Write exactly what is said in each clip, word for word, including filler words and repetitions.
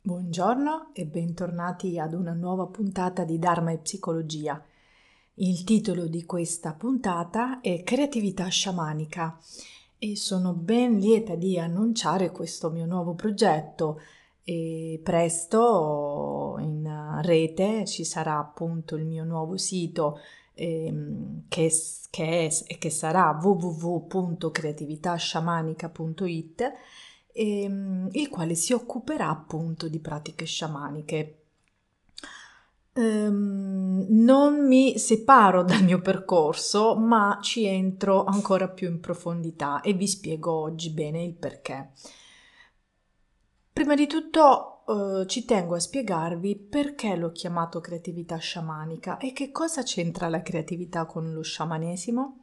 Buongiorno e bentornati ad una nuova puntata di Dharma e Psicologia. Il titolo di questa puntata è Creatività sciamanica e sono ben lieta di annunciare questo mio nuovo progetto e presto in rete ci sarà appunto il mio nuovo sito ehm, che, che è e che sarà w w w punto creativitasciamanica punto i t, ehm, il quale si occuperà appunto di pratiche sciamaniche. Ehm, non mi separo dal mio percorso, ma ci entro ancora più in profondità e vi spiego oggi bene il perché. Prima di tutto eh, ci tengo a spiegarvi perché l'ho chiamato creatività sciamanica e che cosa c'entra la creatività con lo sciamanesimo.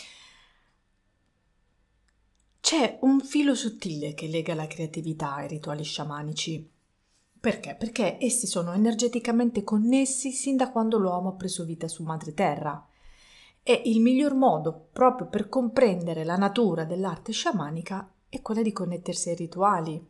C'è un filo sottile che lega la creatività ai rituali sciamanici. Perché? Perché essi sono energeticamente connessi sin da quando l'uomo ha preso vita su madreterra. E il miglior modo proprio per comprendere la natura dell'arte sciamanica è quella di connettersi ai rituali.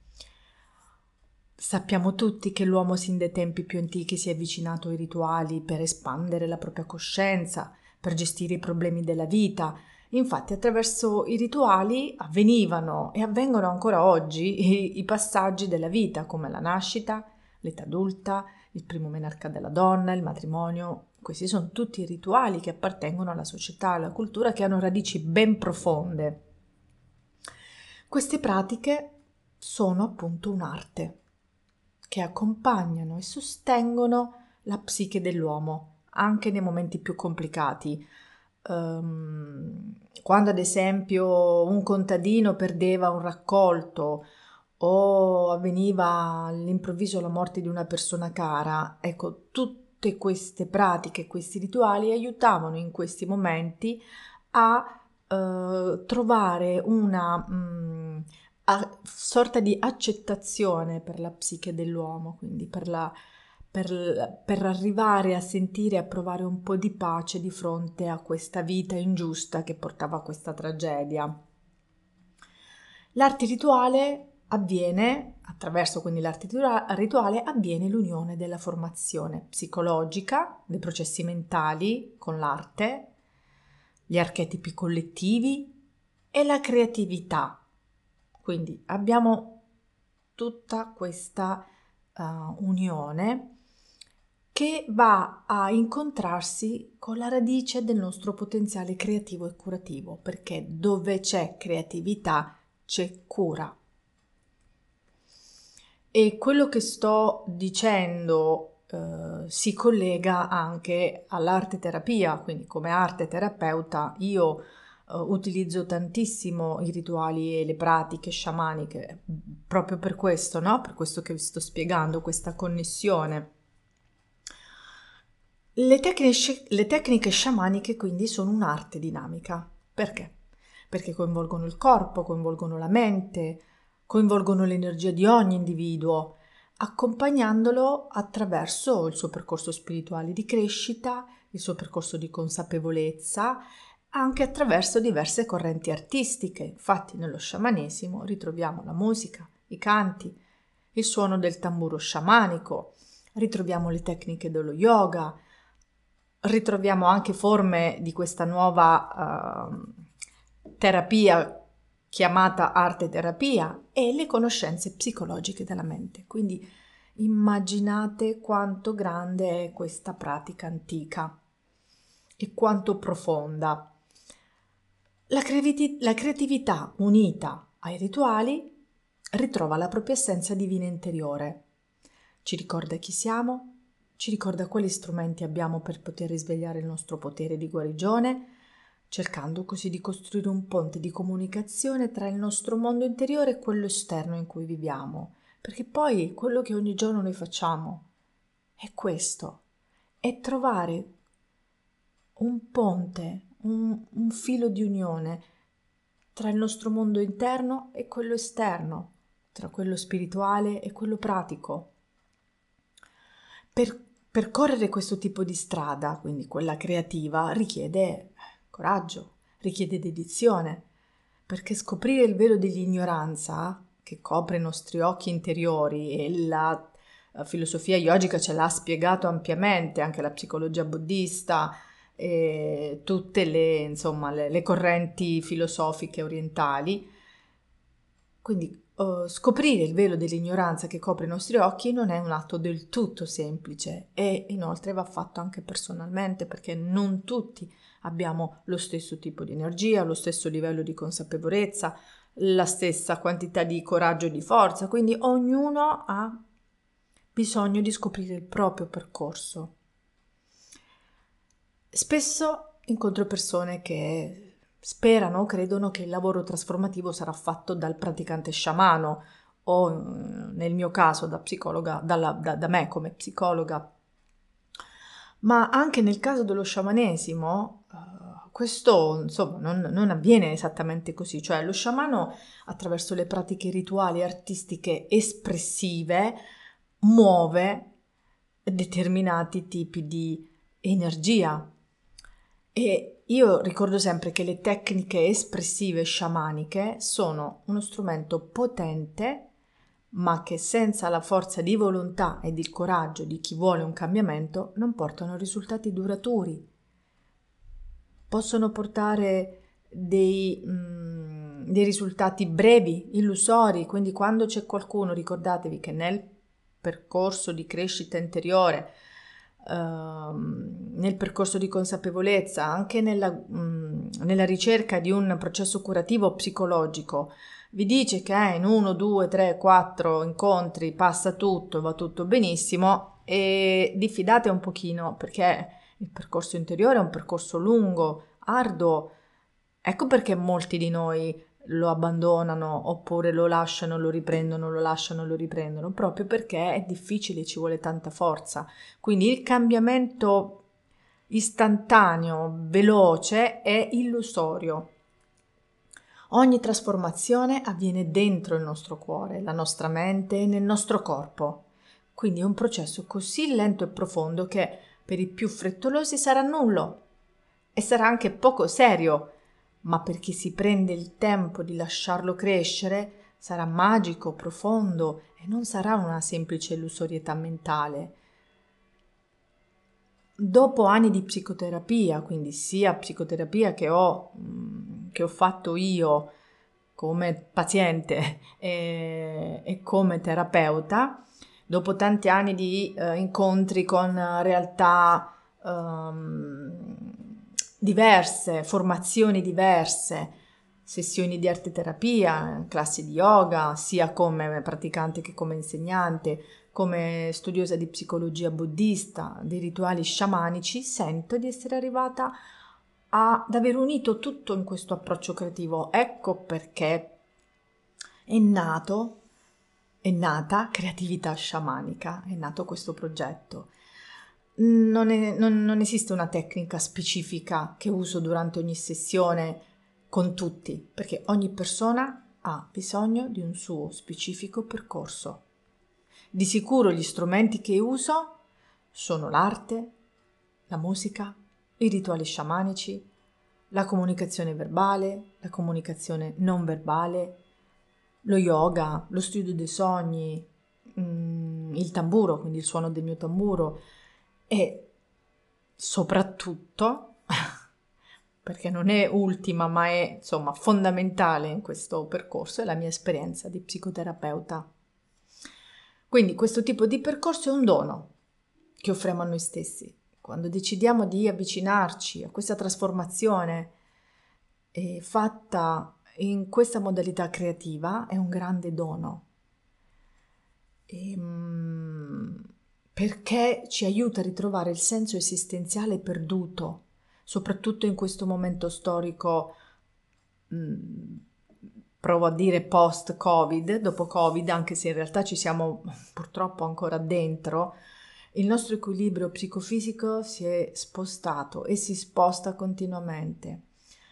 Sappiamo tutti che l'uomo sin dai tempi più antichi si è avvicinato ai rituali per espandere la propria coscienza, per gestire i problemi della vita. Infatti attraverso i rituali avvenivano e avvengono ancora oggi i, i passaggi della vita, come la nascita, l'età adulta, il primo menarca della donna, il matrimonio. Questi sono tutti rituali che appartengono alla società, alla cultura, che hanno radici ben profonde. Queste pratiche sono appunto un'arte che accompagnano e sostengono la psiche dell'uomo, anche nei momenti più complicati. Um, quando ad esempio un contadino perdeva un raccolto o avveniva all'improvviso la morte di una persona cara, ecco, tutte queste pratiche, questi rituali aiutavano in questi momenti a uh, trovare una mh, a, sorta di accettazione per la psiche dell'uomo, quindi per, la, per, per arrivare a sentire e a provare un po' di pace di fronte a questa vita ingiusta che portava a questa tragedia. L'arte rituale avviene, attraverso quindi l'arte rituale, avviene l'unione della formazione psicologica, dei processi mentali con l'arte, gli archetipi collettivi e la creatività. Quindi abbiamo tutta questa uh, unione che va a incontrarsi con la radice del nostro potenziale creativo e curativo, perché dove c'è creatività c'è cura. E quello che sto dicendo eh, si collega anche all'arte terapia, quindi come arte terapeuta io eh, utilizzo tantissimo i rituali e le pratiche sciamaniche, proprio per questo, no? Per questo che vi sto spiegando, questa connessione. Le tecniche, le tecniche sciamaniche quindi sono un'arte dinamica. Perché? Perché coinvolgono il corpo, coinvolgono la mente, coinvolgono l'energia di ogni individuo, accompagnandolo attraverso il suo percorso spirituale di crescita, il suo percorso di consapevolezza, anche attraverso diverse correnti artistiche. Infatti nello sciamanesimo ritroviamo la musica, i canti, il suono del tamburo sciamanico, ritroviamo le tecniche dello yoga, ritroviamo anche forme di questa nuova uh, terapia chiamata arte terapia e le conoscenze psicologiche della mente. Quindi immaginate quanto grande è questa pratica antica e quanto profonda. La, creati- la creatività unita ai rituali ritrova la propria essenza divina interiore. Ci ricorda chi siamo, ci ricorda quali strumenti abbiamo per poter risvegliare il nostro potere di guarigione, cercando così di costruire un ponte di comunicazione tra il nostro mondo interiore e quello esterno in cui viviamo, perché poi quello che ogni giorno noi facciamo è questo, è trovare un ponte, un, un filo di unione tra il nostro mondo interno e quello esterno, tra quello spirituale e quello pratico. Per percorrere questo tipo di strada, quindi quella creativa, richiede coraggio, richiede dedizione, perché scoprire il velo dell'ignoranza, che copre i nostri occhi interiori, e la filosofia yogica ce l'ha spiegato ampiamente, anche la psicologia buddista e tutte le, insomma, le, le correnti filosofiche orientali. Quindi uh, scoprire il velo dell'ignoranza che copre i nostri occhi non è un atto del tutto semplice, e inoltre va fatto anche personalmente, perché non tutti abbiamo lo stesso tipo di energia, lo stesso livello di consapevolezza, la stessa quantità di coraggio e di forza, quindi ognuno ha bisogno di scoprire il proprio percorso. Spesso incontro persone che sperano, credono che il lavoro trasformativo sarà fatto dal praticante sciamano o, nel mio caso, da psicologa, dalla, da, da me come psicologa. Ma anche nel caso dello sciamanesimo, uh, questo insomma non, non avviene esattamente così, cioè lo sciamano, attraverso le pratiche rituali artistiche espressive, muove determinati tipi di energia. E io ricordo sempre che le tecniche espressive sciamaniche sono uno strumento potente, ma che senza la forza di volontà ed il coraggio di chi vuole un cambiamento non portano risultati duraturi. Possono portare dei, mm, dei risultati brevi, illusori, quindi quando c'è qualcuno, ricordatevi che nel percorso di crescita interiore, nel percorso di consapevolezza, anche nella, mh, nella ricerca di un processo curativo psicologico, vi dice che in uno, due, tre, quattro incontri passa tutto, va tutto benissimo, e diffidate un pochino, perché il percorso interiore è un percorso lungo, arduo. Ecco perché molti di noi lo abbandonano, oppure lo lasciano, lo riprendono, lo lasciano, lo riprendono, proprio perché è difficile, ci vuole tanta forza. Quindi il cambiamento istantaneo, veloce, è illusorio. Ogni trasformazione avviene dentro il nostro cuore, la nostra mente e nel nostro corpo. Quindi è un processo così lento e profondo che per i più frettolosi sarà nullo e sarà anche poco serio, ma per chi si prende il tempo di lasciarlo crescere sarà magico, profondo, e non sarà una semplice illusorietà mentale. Dopo anni di psicoterapia, quindi sia psicoterapia che ho, che ho fatto io come paziente e, e come terapeuta, dopo tanti anni di uh, incontri con realtà um, diverse, formazioni diverse, sessioni di arte terapia, classi di yoga, sia come praticante che come insegnante, come studiosa di psicologia buddista, di rituali sciamanici, sento di essere arrivata ad aver unito tutto in questo approccio creativo. Ecco perché è nato, è nata Creatività Sciamanica, è nato questo progetto. Non, è, non, non esiste una tecnica specifica che uso durante ogni sessione con tutti, perché ogni persona ha bisogno di un suo specifico percorso. Di sicuro gli strumenti che uso sono l'arte, la musica, i rituali sciamanici, la comunicazione verbale, la comunicazione non verbale, lo yoga, lo studio dei sogni, il tamburo, quindi il suono del mio tamburo, e soprattutto, perché non è ultima ma è insomma fondamentale in questo percorso, è la mia esperienza di psicoterapeuta. Quindi questo tipo di percorso è un dono che offriamo a noi stessi. Quando decidiamo di avvicinarci a questa trasformazione eh, fatta in questa modalità creativa, è un grande dono. E, mm, perché ci aiuta a ritrovare il senso esistenziale perduto, soprattutto in questo momento storico, mh, provo a dire post-Covid, dopo Covid, anche se in realtà ci siamo purtroppo ancora dentro. Il nostro equilibrio psicofisico si è spostato e si sposta continuamente.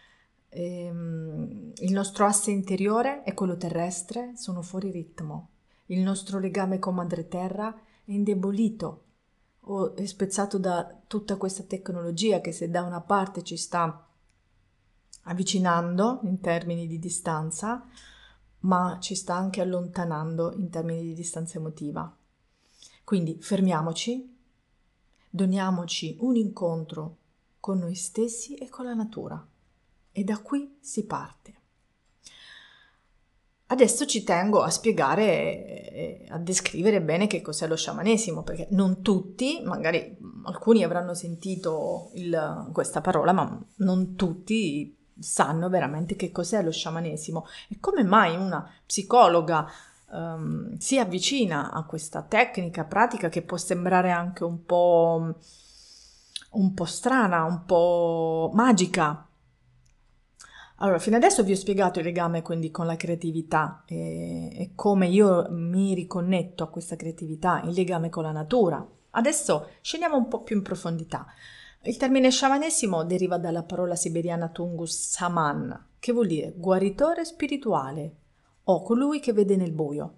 Ehm, il nostro asse interiore e quello terrestre sono fuori ritmo. Il nostro legame con Madre Terra è indebolito o è spezzato da tutta questa tecnologia che, se da una parte ci sta avvicinando in termini di distanza, ma ci sta anche allontanando in termini di distanza emotiva. Quindi fermiamoci, doniamoci un incontro con noi stessi e con la natura e da qui si parte. Adesso ci tengo a spiegare e a descrivere bene che cos'è lo sciamanesimo, perché non tutti, magari alcuni avranno sentito il, questa parola, ma non tutti sanno veramente che cos'è lo sciamanesimo e come mai una psicologa um, si avvicina a questa tecnica, pratica che può sembrare anche un po', un po' strana, un po' magica. Allora, fino adesso vi ho spiegato il legame quindi con la creatività e, e come io mi riconnetto a questa creatività, il legame con la natura. Adesso scendiamo un po' più in profondità. Il termine sciamanesimo deriva dalla parola siberiana Tungus Saman, che vuol dire guaritore spirituale o colui che vede nel buio.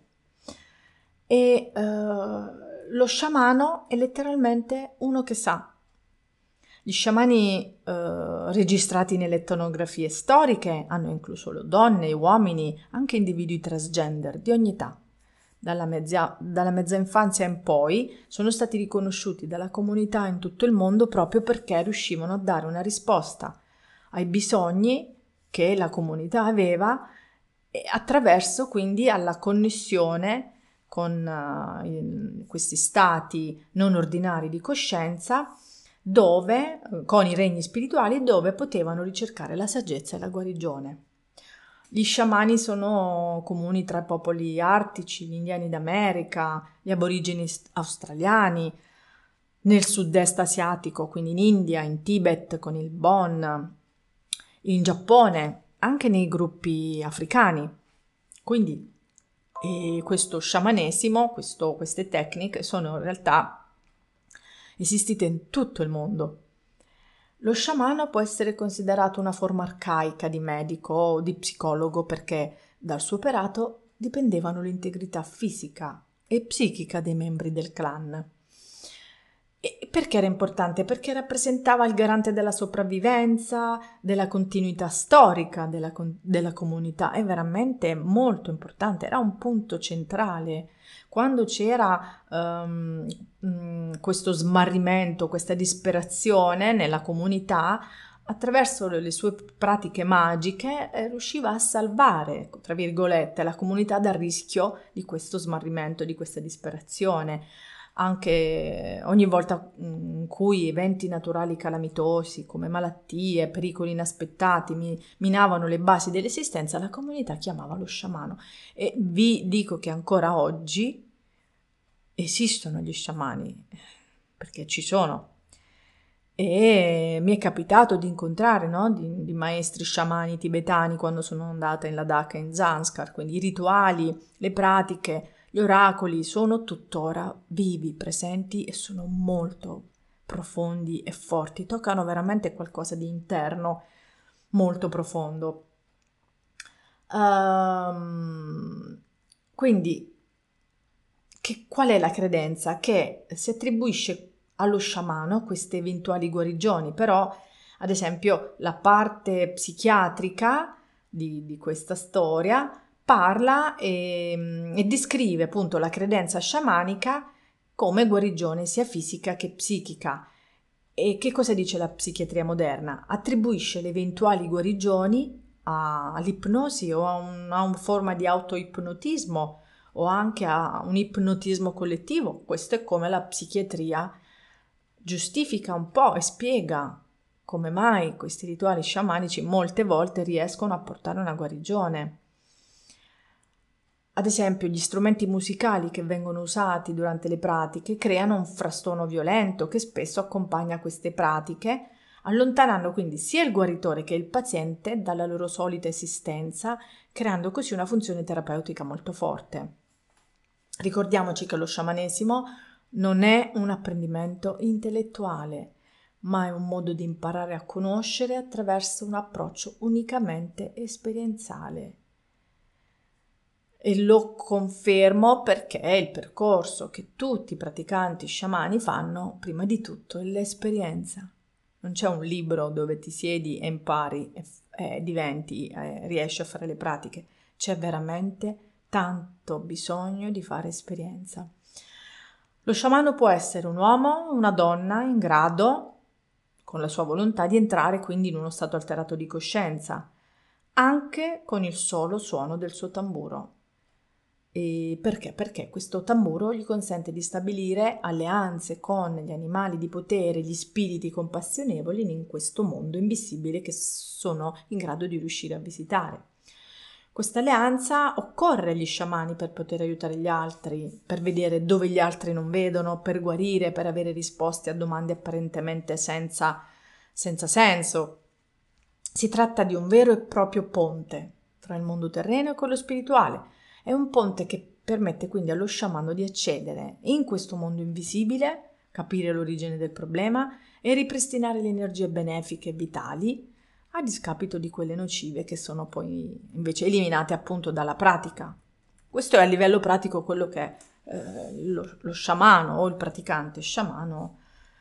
E eh, lo sciamano è letteralmente uno che sa. Gli sciamani eh, registrati nelle etnografie storiche hanno incluso donne, uomini, anche individui transgender di ogni età. Dalla mezza, dalla mezza infanzia in poi sono stati riconosciuti dalla comunità in tutto il mondo proprio perché riuscivano a dare una risposta ai bisogni che la comunità aveva e attraverso quindi alla connessione con uh, in questi stati non ordinari di coscienza dove, con i regni spirituali, dove potevano ricercare la saggezza e la guarigione. Gli sciamani sono comuni tra i popoli artici, gli indiani d'America, gli aborigeni australiani, nel sud-est asiatico, quindi in India, in Tibet con il Bon, in Giappone, anche nei gruppi africani. Quindi e questo sciamanesimo, questo, queste tecniche sono in realtà esistite in tutto il mondo. Lo sciamano può essere considerato una forma arcaica di medico o di psicologo perché dal suo operato dipendevano l'integrità fisica e psichica dei membri del clan. E perché era importante? Perché rappresentava il garante della sopravvivenza, della continuità storica della, della comunità. È veramente molto importante, era un punto centrale. Quando c'era um, um, questo smarrimento, questa disperazione nella comunità, attraverso le sue pratiche magiche eh, riusciva a salvare, tra virgolette, la comunità dal rischio di questo smarrimento, di questa disperazione. Anche ogni volta in cui eventi naturali calamitosi come malattie, pericoli inaspettati mi, minavano le basi dell'esistenza, la comunità chiamava lo sciamano. E vi dico che ancora oggi esistono gli sciamani, perché ci sono. E mi è capitato di incontrare no, di, di maestri sciamani tibetani quando sono andata in Ladakh e in Zanskar, quindi i rituali, le pratiche, gli oracoli sono tuttora vivi, presenti e sono molto profondi e forti, toccano veramente qualcosa di interno molto profondo. Um, quindi, che, qual è la credenza? Che si attribuisce allo sciamano queste eventuali guarigioni, però ad esempio la parte psichiatrica di, di questa storia parla e, e descrive appunto la credenza sciamanica come guarigione sia fisica che psichica. E che cosa dice la psichiatria moderna? Attribuisce le eventuali guarigioni a, all'ipnosi o a, un, a una forma di autoipnotismo o anche a un ipnotismo collettivo. Questo è come la psichiatria giustifica un po' e spiega come mai questi rituali sciamanici molte volte riescono a portare una guarigione. Ad esempio, gli strumenti musicali che vengono usati durante le pratiche creano un frastuono violento che spesso accompagna queste pratiche, allontanando quindi sia il guaritore che il paziente dalla loro solita esistenza, creando così una funzione terapeutica molto forte. Ricordiamoci che lo sciamanesimo non è un apprendimento intellettuale, ma è un modo di imparare a conoscere attraverso un approccio unicamente esperienziale. E lo confermo perché è il percorso che tutti i praticanti sciamani fanno, prima di tutto, è l'esperienza. Non c'è un libro dove ti siedi e impari e, e diventi, e riesci a fare le pratiche. c'è veramente tanto bisogno di fare esperienza. Lo sciamano può essere un uomo o una donna in grado, con la sua volontà, di entrare quindi in uno stato alterato di coscienza, anche con il solo suono del suo tamburo. E perché? Perché questo tamburo gli consente di stabilire alleanze con gli animali di potere, gli spiriti compassionevoli in questo mondo invisibile che sono in grado di riuscire a visitare. Questa alleanza occorre agli sciamani per poter aiutare gli altri, per vedere dove gli altri non vedono, per guarire, per avere risposte a domande apparentemente senza, senza senso. Si tratta di un vero e proprio ponte tra il mondo terreno e quello spirituale. È un ponte che permette quindi allo sciamano di accedere in questo mondo invisibile, capire l'origine del problema e ripristinare le energie benefiche e vitali a discapito di quelle nocive che sono poi invece eliminate appunto dalla pratica. Questo è a livello pratico quello che eh, lo, lo sciamano o il praticante sciamano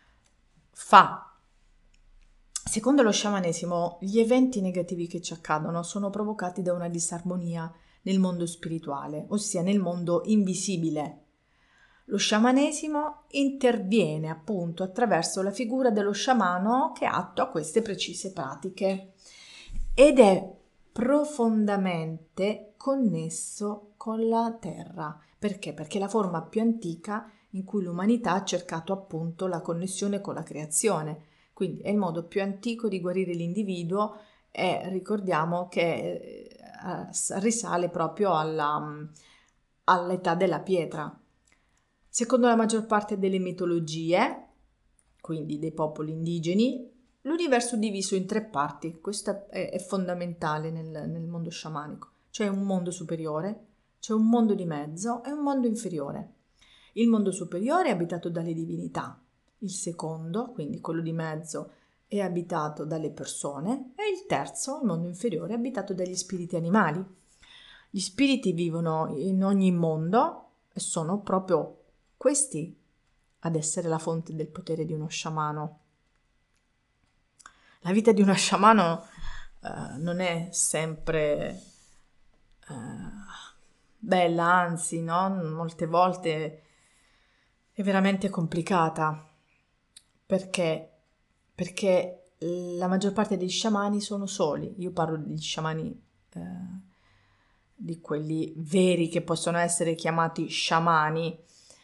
fa. Secondo lo sciamanesimo, gli eventi negativi che ci accadono sono provocati da una disarmonia nel mondo spirituale, ossia nel mondo invisibile. Lo sciamanesimo interviene appunto attraverso la figura dello sciamano che attua queste precise pratiche ed è profondamente connesso con la terra. Perché? Perché è la forma più antica in cui l'umanità ha cercato appunto la connessione con la creazione. Quindi è il modo più antico di guarire l'individuo e ricordiamo che eh, risale proprio alla, all'età della pietra. Secondo la maggior parte delle mitologie, quindi dei popoli indigeni, l'universo è diviso in tre parti. Questo è, è fondamentale nel, nel mondo sciamanico. C'è un mondo superiore, c'è un mondo di mezzo e un mondo inferiore. Il mondo superiore è abitato dalle divinità. Il secondo, quindi quello di mezzo, è abitato dalle persone e il terzo, il mondo inferiore, è abitato dagli spiriti animali. Gli spiriti vivono in ogni mondo e sono proprio questi ad essere la fonte del potere di uno sciamano. La vita di uno sciamano eh, non è sempre eh, bella, anzi, no? Molte volte è veramente complicata. Perché? Perché la maggior parte degli sciamani sono soli. Io parlo degli sciamani, eh, di quelli veri che possono essere chiamati sciamani,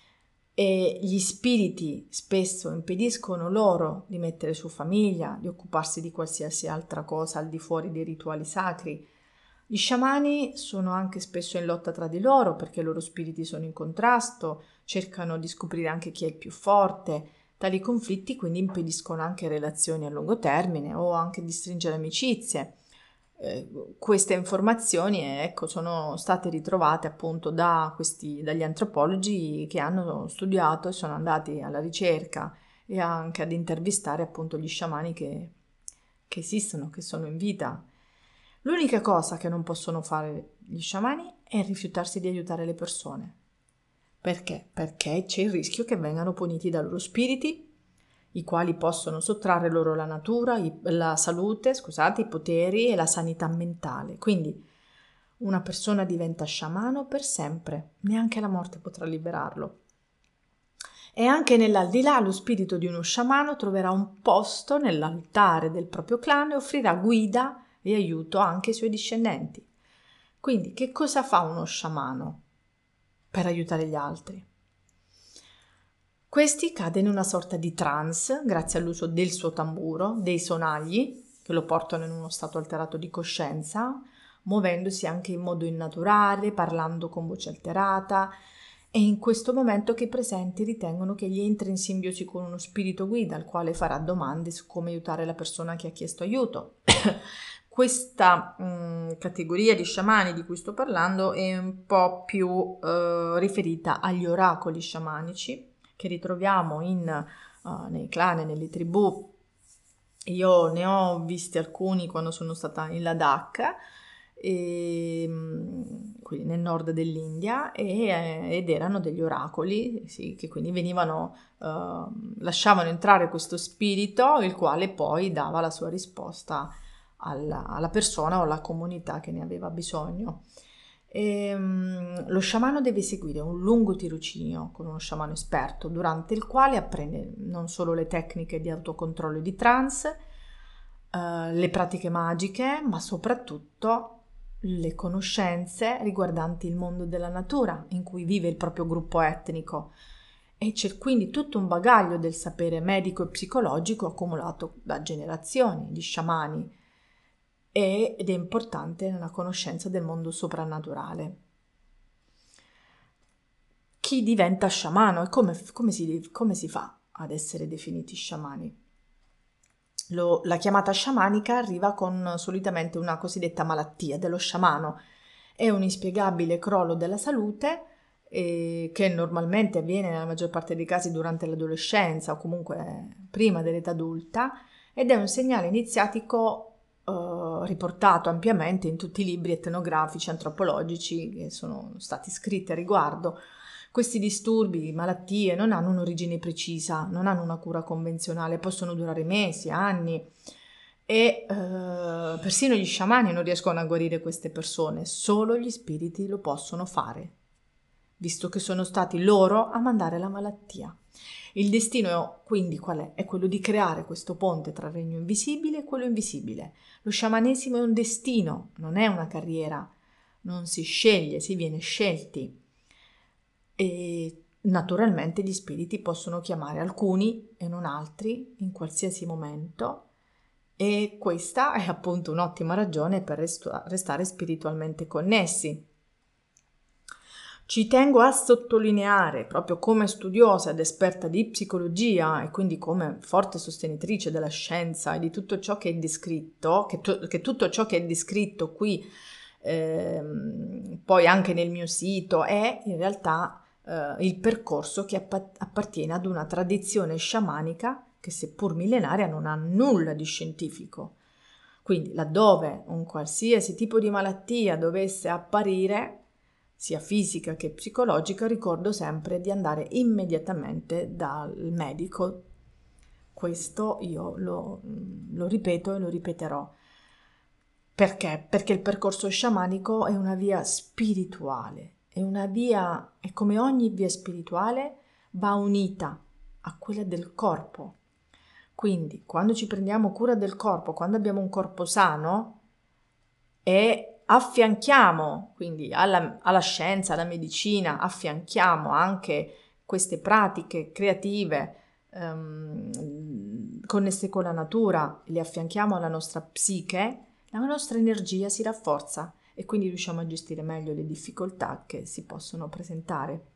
e gli spiriti spesso impediscono loro di mettere su famiglia, di occuparsi di qualsiasi altra cosa al di fuori dei rituali sacri. Gli sciamani sono anche spesso in lotta tra di loro perché i loro spiriti sono in contrasto, cercano di scoprire anche chi è il più forte. Tali conflitti quindi impediscono anche relazioni a lungo termine o anche di stringere amicizie. Eh, queste informazioni ecco, sono state ritrovate appunto da questi, dagli antropologi che hanno studiato e sono andati alla ricerca e anche ad intervistare appunto gli sciamani che, che esistono, che sono in vita. L'unica cosa che non possono fare gli sciamani è rifiutarsi di aiutare le persone. Perché? Perché c'è il rischio che vengano puniti dai loro spiriti, i quali possono sottrarre loro la natura, la salute, scusate, i poteri e la sanità mentale. Quindi una persona diventa sciamano per sempre, neanche la morte potrà liberarlo. E anche nell'aldilà lo spirito di uno sciamano troverà un posto nell'altare del proprio clan e offrirà guida e aiuto anche ai suoi discendenti. Quindi che cosa fa uno sciamano per aiutare gli altri? Questi cade in una sorta di trance grazie all'uso del suo tamburo, dei sonagli che lo portano in uno stato alterato di coscienza, muovendosi anche in modo innaturale, parlando con voce alterata. È in questo momento che i presenti ritengono che egli entri in simbiosi con uno spirito guida, al quale farà domande su come aiutare la persona che ha chiesto aiuto. Questa mh, categoria di sciamani di cui sto parlando è un po' più eh, riferita agli oracoli sciamanici che ritroviamo in, uh, nei clan e nelle tribù. Io ne ho visti alcuni quando sono stata in Ladakh, e, quindi nel nord dell'India, e, ed erano degli oracoli, sì, che quindi venivano, uh, lasciavano entrare questo spirito, il quale poi dava la sua risposta alla, alla persona o alla comunità che ne aveva bisogno. E, um, lo sciamano deve seguire un lungo tirocinio con uno sciamano esperto, durante il quale apprende non solo le tecniche di autocontrollo e di trance, uh, le pratiche magiche, ma soprattutto le conoscenze riguardanti il mondo della natura in cui vive il proprio gruppo etnico. E c'è quindi tutto un bagaglio del sapere medico e psicologico accumulato da generazioni di sciamani, ed è importante la conoscenza del mondo soprannaturale. Chi diventa sciamano e come, come, si, come si fa ad essere definiti sciamani? Lo, la chiamata sciamanica arriva con solitamente una cosiddetta malattia dello sciamano. È un inspiegabile crollo della salute eh, che normalmente avviene nella maggior parte dei casi durante l'adolescenza o comunque prima dell'età adulta, ed è un segnale iniziatico Uh, riportato ampiamente in tutti i libri etnografici, antropologici che sono stati scritti a riguardo. Questi disturbi, malattie, non hanno un'origine precisa, non hanno una cura convenzionale, possono durare mesi, anni e uh, persino gli sciamani non riescono a guarire queste persone, solo gli spiriti lo possono fare, visto che sono stati loro a mandare la malattia. Il destino quindi qual è? È quello di creare questo ponte tra il regno invisibile e quello invisibile. Lo sciamanesimo è un destino, non è una carriera, non si sceglie, si viene scelti. E naturalmente gli spiriti possono chiamare alcuni e non altri in qualsiasi momento, e questa è appunto un'ottima ragione per restare spiritualmente connessi. Ci tengo a sottolineare, proprio come studiosa ed esperta di psicologia e quindi come forte sostenitrice della scienza e di tutto ciò che è descritto, che, to- che tutto ciò che è descritto qui, ehm, poi anche nel mio sito, è in realtà eh, il percorso che appa- appartiene ad una tradizione sciamanica che, seppur millenaria, non ha nulla di scientifico. Quindi, laddove un qualsiasi tipo di malattia dovesse apparire, sia fisica che psicologica, ricordo sempre di andare immediatamente dal medico. Questo io lo, lo ripeto e lo ripeterò. Perché? Perché il percorso sciamanico è una via spirituale, è una via, e come ogni via spirituale va unita a quella del corpo. Quindi, quando ci prendiamo cura del corpo, quando abbiamo un corpo sano, e affianchiamo quindi alla, alla scienza, alla medicina, affianchiamo anche queste pratiche creative ehm, connesse con la natura, le affianchiamo alla nostra psiche, la nostra energia si rafforza e quindi riusciamo a gestire meglio le difficoltà che si possono presentare.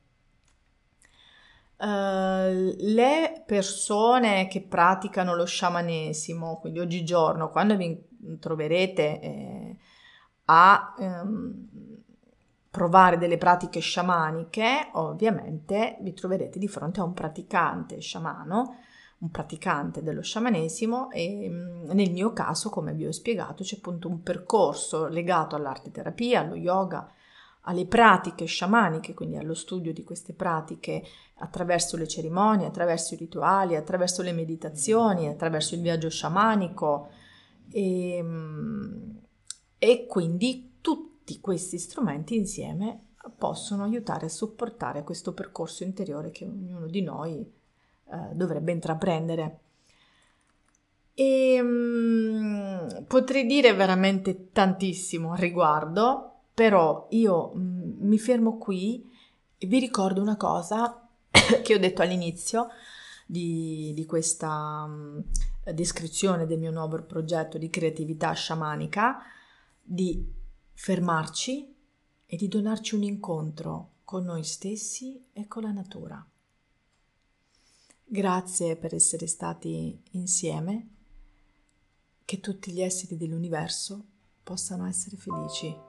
Uh, le persone che praticano lo sciamanesimo, quindi oggigiorno, quando vi troverete eh, a ehm, provare delle pratiche sciamaniche, ovviamente vi troverete di fronte a un praticante sciamano, un praticante dello sciamanesimo, e mh, nel mio caso, come vi ho spiegato, c'è appunto un percorso legato all'arte terapia, allo yoga, alle pratiche sciamaniche, quindi allo studio di queste pratiche attraverso le cerimonie, attraverso i rituali, attraverso le meditazioni, attraverso il viaggio sciamanico, e, e quindi tutti questi strumenti insieme possono aiutare a supportare questo percorso interiore che ognuno di noi eh, dovrebbe intraprendere. E um, potrei dire veramente tantissimo al riguardo, però io um, mi fermo qui e vi ricordo una cosa che ho detto all'inizio di, di questa um, descrizione del mio nuovo progetto di creatività sciamanica, di fermarci e di donarci un incontro con noi stessi e con la natura. Grazie per essere stati insieme. Che tutti gli esseri dell'universo possano essere felici.